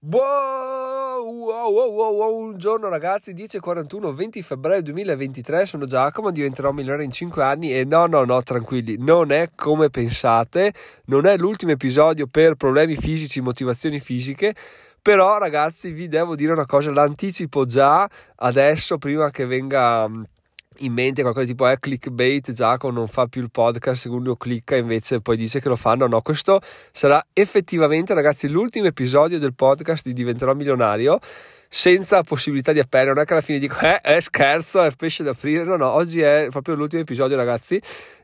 Buongiorno ragazzi, 10:41, 20 febbraio 2023, sono Giacomo, diventerò migliore in 5 anni e no, tranquilli, non è come pensate, non è l'ultimo episodio per problemi fisici, motivazioni fisiche, però ragazzi vi devo dire una cosa, l'anticipo già adesso prima che venga in mente qualcosa tipo clickbait, Giacomo non fa più il podcast, uno clicca e invece poi dice che lo fanno. No, questo sarà effettivamente ragazzi l'ultimo episodio del podcast di Diventerò Milionario, senza possibilità di appello. Non è che alla fine dico scherzo, è pesce da aprire, no, oggi è proprio l'ultimo episodio ragazzi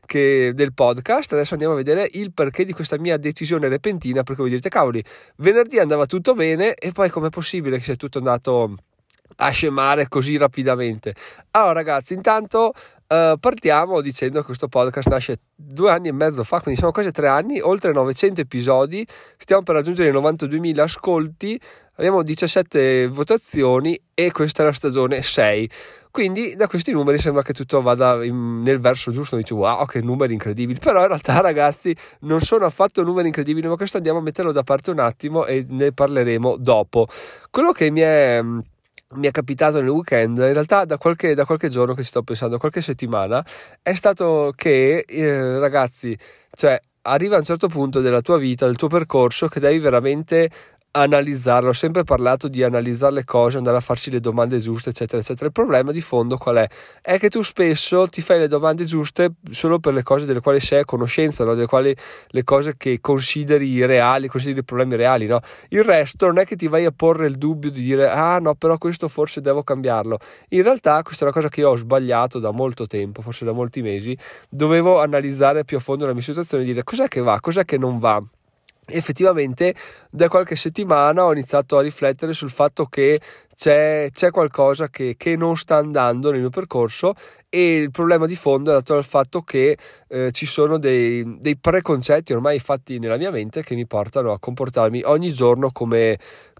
del podcast. Adesso andiamo a vedere il perché di questa mia decisione repentina, perché voi direte cavoli, venerdì andava tutto bene e poi com'è possibile che sia tutto andato a scemare così rapidamente? Allora ragazzi, intanto partiamo dicendo che questo podcast nasce 2 anni e mezzo fa, quindi siamo quasi 3 anni, oltre 900 episodi, stiamo per raggiungere i 92.000 ascolti, abbiamo 17 votazioni e questa è la stagione 6. Quindi da questi numeri sembra che tutto vada nel verso giusto, dici wow che numeri incredibili, però in realtà ragazzi non sono affatto numeri incredibili, ma questo andiamo a metterlo da parte un attimo e ne parleremo dopo. Quello che mi è capitato nel weekend, in realtà da qualche giorno che ci sto pensando, qualche settimana, è stato che ragazzi, cioè arriva a un certo punto della tua vita, del tuo percorso, che devi veramente analizzarlo. Ho sempre parlato di analizzare le cose, andare a farsi le domande giuste, eccetera eccetera. Il problema di fondo qual è? È che tu spesso ti fai le domande giuste solo per le cose delle quali sei a conoscenza, no? Delle quali le cose che consideri reali, consideri i problemi reali, no? Il resto non è che ti vai a porre il dubbio di dire ah no, però questo forse devo cambiarlo. In realtà questa è una cosa che io ho sbagliato da molto tempo, forse da molti mesi. Dovevo analizzare più a fondo la mia situazione e dire cos'è che va, cos'è che non va. Effettivamente da qualche settimana ho iniziato a riflettere sul fatto che c'è qualcosa che non sta andando nel mio percorso, e il problema di fondo è dato dal fatto che ci sono dei preconcetti ormai fatti nella mia mente che mi portano a comportarmi ogni giorno come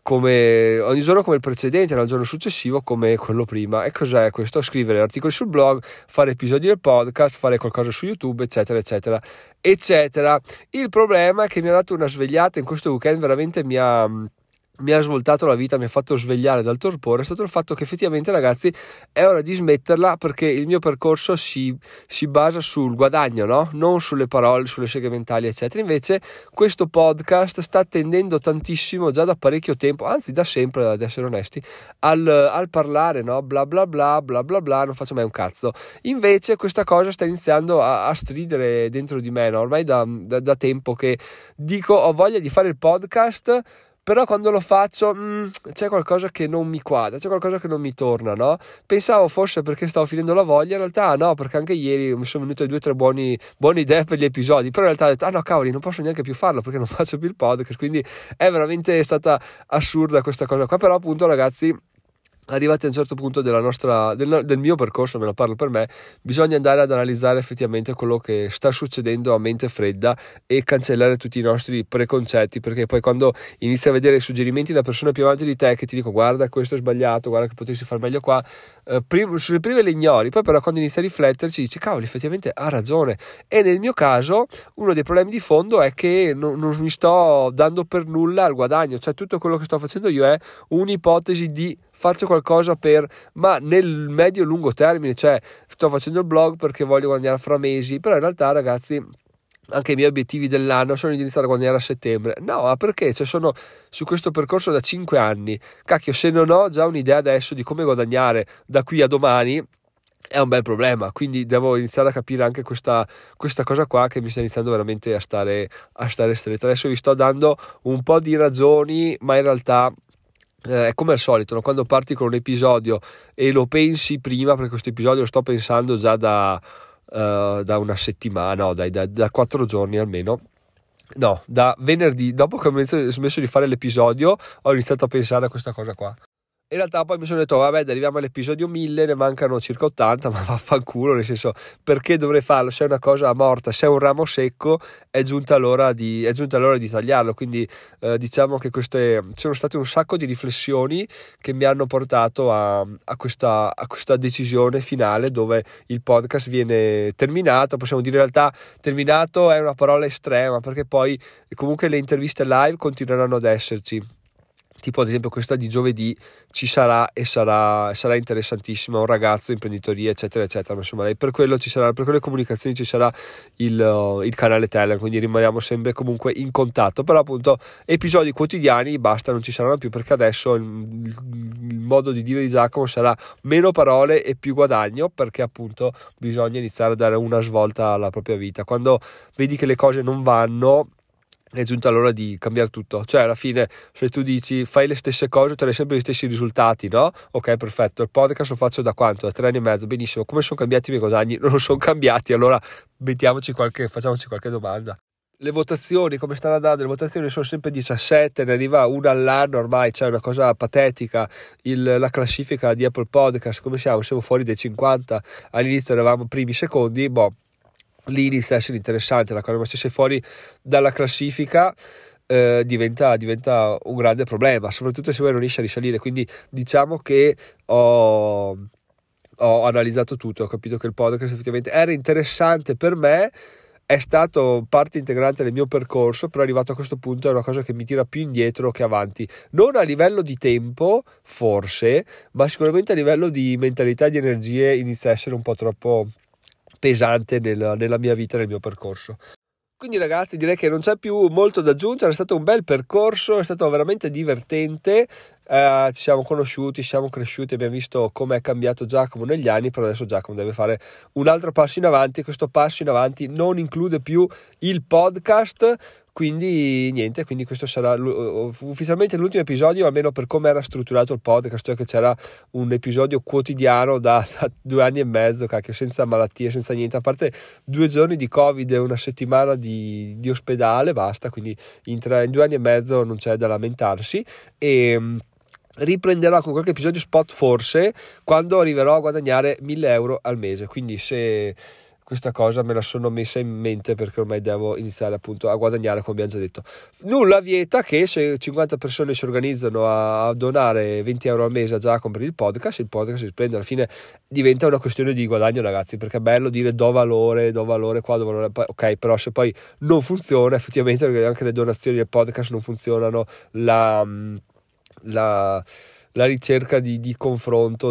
il precedente, il giorno successivo come quello prima. E cos'è questo? Scrivere articoli sul blog, fare episodi del podcast, fare qualcosa su YouTube, eccetera eccetera eccetera. Il problema è che mi ha dato una svegliata in questo weekend, veramente mi ha svoltato la vita, mi ha fatto svegliare dal torpore, è stato il fatto che effettivamente ragazzi è ora di smetterla, perché il mio percorso si basa sul guadagno, no? Non sulle parole, sulle seghe mentali eccetera. Invece questo podcast sta tendendo tantissimo già da parecchio tempo, anzi da sempre ad essere onesti, al parlare, no? Bla bla bla bla bla bla, non faccio mai un cazzo. Invece questa cosa sta iniziando a stridere dentro di me, no? Ormai da tempo che dico ho voglia di fare il podcast, però quando lo faccio c'è qualcosa che non mi quadra, c'è qualcosa che non mi torna, no? Pensavo forse perché stavo finendo la voglia, in realtà no, perché anche ieri mi sono venute 2 o 3 buone idee per gli episodi, però in realtà ho detto no cavoli, non posso neanche più farlo perché non faccio più il podcast, quindi è veramente stata assurda questa cosa qua. Però appunto ragazzi, arrivati a un certo punto del mio percorso, me lo parlo per me, bisogna andare ad analizzare effettivamente quello che sta succedendo a mente fredda e cancellare tutti i nostri preconcetti, perché poi quando inizi a vedere suggerimenti da persone più avanti di te che ti dicono guarda questo è sbagliato, guarda che potresti far meglio qua, sulle prime le ignori, poi però quando inizi a rifletterci dici cavoli, effettivamente ha ragione. E nel mio caso uno dei problemi di fondo è che non mi sto dando per nulla al guadagno, cioè tutto quello che sto facendo io è un'ipotesi di faccio qualcosa ma nel medio e lungo termine, cioè sto facendo il blog perché voglio guadagnare fra mesi, però in realtà ragazzi anche i miei obiettivi dell'anno sono di iniziare a guadagnare a settembre. No, ma perché? Cioè sono su questo percorso da 5 anni, cacchio, se non ho già un'idea adesso di come guadagnare da qui a domani è un bel problema, quindi devo iniziare a capire anche questa cosa qua che mi sta iniziando veramente a stare stretta. Adesso vi sto dando un po' di ragioni, ma in realtà è come al solito, no? Quando parti con un episodio e lo pensi prima, perché questo episodio lo sto pensando già da una settimana, no, da 4 giorni almeno. No, da venerdì, dopo che ho smesso di fare l'episodio, ho iniziato a pensare a questa cosa qua. In realtà poi mi sono detto vabbè, arriviamo all'episodio 1000, ne mancano circa 80, ma vaffanculo, nel senso, perché dovrei farlo? Se è una cosa morta, se è un ramo secco, è giunta l'ora di tagliarlo. Quindi diciamo che queste sono state un sacco di riflessioni che mi hanno portato a questa decisione finale, dove il podcast viene terminato. Possiamo dire in realtà terminato è una parola estrema, perché poi comunque le interviste live continueranno ad esserci. tipo ad esempio questa di giovedì ci sarà e sarà interessantissima, un ragazzo, imprenditoria eccetera eccetera, ma insomma per quello ci sarà, per quelle comunicazioni ci sarà il canale Telegram, quindi rimaniamo sempre comunque in contatto. Però appunto episodi quotidiani basta, non ci saranno più, perché adesso il modo di dire di Giacomo sarà meno parole e più guadagno, perché appunto bisogna iniziare a dare una svolta alla propria vita. Quando vedi che le cose non vanno, è giunta l'ora di cambiare tutto. Cioè alla fine, se tu dici fai le stesse cose, otterrai sempre gli stessi risultati, no? Ok, perfetto, il podcast lo faccio da quanto? Da 3 anni e mezzo, benissimo. Come sono cambiati i miei guadagni? Non sono cambiati. Allora facciamoci qualche domanda. Le votazioni, come stanno andando? Le votazioni sono sempre 17, ne arriva una all'anno ormai, c'è una cosa patetica. La classifica di Apple Podcast, come siamo? Siamo fuori dai 50, all'inizio eravamo primi, secondi, lì inizia a essere interessante la cosa, ma se sei fuori dalla classifica diventa un grande problema, soprattutto se vuoi non riesci a risalire. Quindi diciamo che ho analizzato tutto, ho capito che il podcast effettivamente era interessante per me, è stato parte integrante del mio percorso, però arrivato a questo punto è una cosa che mi tira più indietro che avanti, non a livello di tempo forse, ma sicuramente a livello di mentalità e di energie inizia a essere un po' troppo pesante nella mia vita, nel mio percorso. Quindi ragazzi, direi che non c'è più molto da aggiungere, è stato un bel percorso, è stato veramente divertente, ci siamo conosciuti, siamo cresciuti, abbiamo visto come è cambiato Giacomo negli anni, però adesso Giacomo deve fare un altro passo in avanti, e questo passo in avanti non include più il podcast. Quindi niente, quindi questo sarà ufficialmente l'ultimo episodio, almeno per come era strutturato il podcast, cioè che c'era un episodio quotidiano da 2 anni e mezzo, cacchio, senza malattie, senza niente, a parte 2 giorni di Covid e una settimana di ospedale, basta. Quindi in 2 anni e mezzo non c'è da lamentarsi, e riprenderò con qualche episodio spot forse quando arriverò a guadagnare 1.000 euro al mese. Quindi se questa cosa me la sono messa in mente, perché ormai devo iniziare appunto a guadagnare, come abbiamo già detto. Nulla vieta che se 50 persone si organizzano a donare 20 euro al mese a Giacomo per il podcast si riprende. Alla fine diventa una questione di guadagno, ragazzi, perché è bello dire do valore qua, do valore, ok, però se poi non funziona effettivamente, perché anche le donazioni del podcast non funzionano, la ricerca di confronto,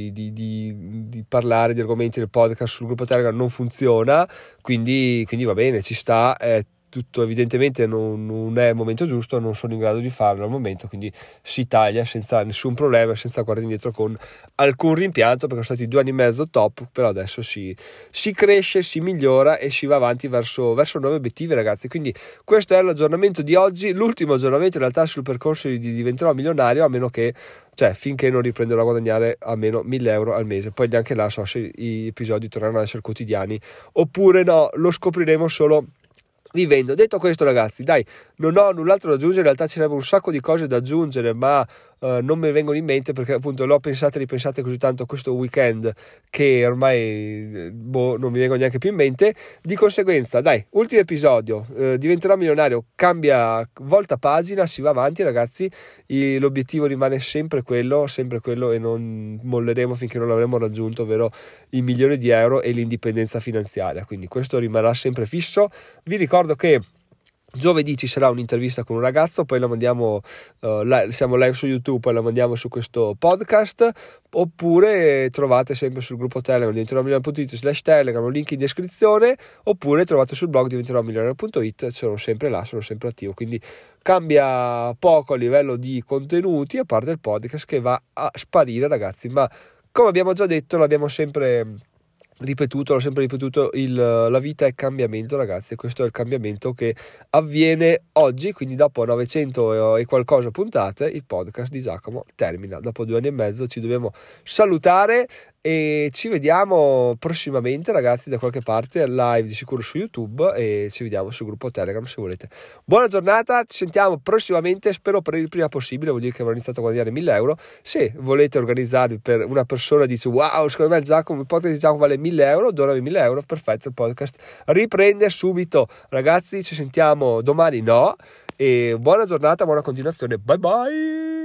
di parlare di argomenti del podcast sul gruppo Telegram non funziona, quindi va bene, ci sta, è tutto, evidentemente non è il momento giusto, non sono in grado di farlo al momento, quindi si taglia senza nessun problema, senza guardare indietro con alcun rimpianto, perché sono stati 2 anni e mezzo top, però adesso si cresce, si migliora e si va avanti verso nuovi obiettivi, ragazzi. Quindi questo è l'aggiornamento di oggi, l'ultimo aggiornamento in realtà sul percorso di diventerò milionario, a meno che, cioè finché non riprenderò a guadagnare almeno 1.000 euro al mese. Poi neanche là so se gli episodi torneranno ad essere quotidiani oppure no, lo scopriremo solo vivendo. Detto questo, ragazzi, dai, non ho null'altro da aggiungere, in realtà ci sarebbe un sacco di cose da aggiungere, ma non me vengono in mente, perché appunto l'ho pensate e ripensate così tanto questo weekend che ormai non mi vengono neanche più in mente. Di conseguenza, dai, ultimo episodio, diventerò milionario, cambia, volta pagina, si va avanti, ragazzi. L'obiettivo rimane sempre quello, e non molleremo finché non l'avremo raggiunto, ovvero i 1.000.000 di euro e l'indipendenza finanziaria. Quindi questo rimarrà sempre fisso. Vi ricordo che giovedì ci sarà un'intervista con un ragazzo, poi la mandiamo, siamo live su YouTube, poi la mandiamo su questo podcast, oppure trovate sempre sul gruppo Telegram diventeromilionario.it/Telegram, un link in descrizione, oppure trovate sul blog diventeromilionario.it, sono sempre là, sono sempre attivo. Quindi cambia poco a livello di contenuti, a parte il podcast che va a sparire, ragazzi, ma come abbiamo già detto, l'ho sempre ripetuto, la vita è cambiamento, ragazzi, e questo è il cambiamento che avviene oggi. Quindi dopo 900 e qualcosa puntate il podcast di Giacomo termina, dopo 2 anni e mezzo ci dobbiamo salutare e ci vediamo prossimamente, ragazzi, da qualche parte live, di sicuro su YouTube, e ci vediamo sul gruppo Telegram se volete. Buona giornata, ci sentiamo prossimamente, spero per il prima possibile, vuol dire che avrò iniziato a guadagnare 1.000 euro. Se volete organizzarvi per una persona, dice wow, secondo me il podcast di Giacomo vale 1.000 euro, donami 1.000 euro, perfetto, il podcast riprende subito. Ragazzi, ci sentiamo domani, e buona giornata, buona continuazione, bye bye.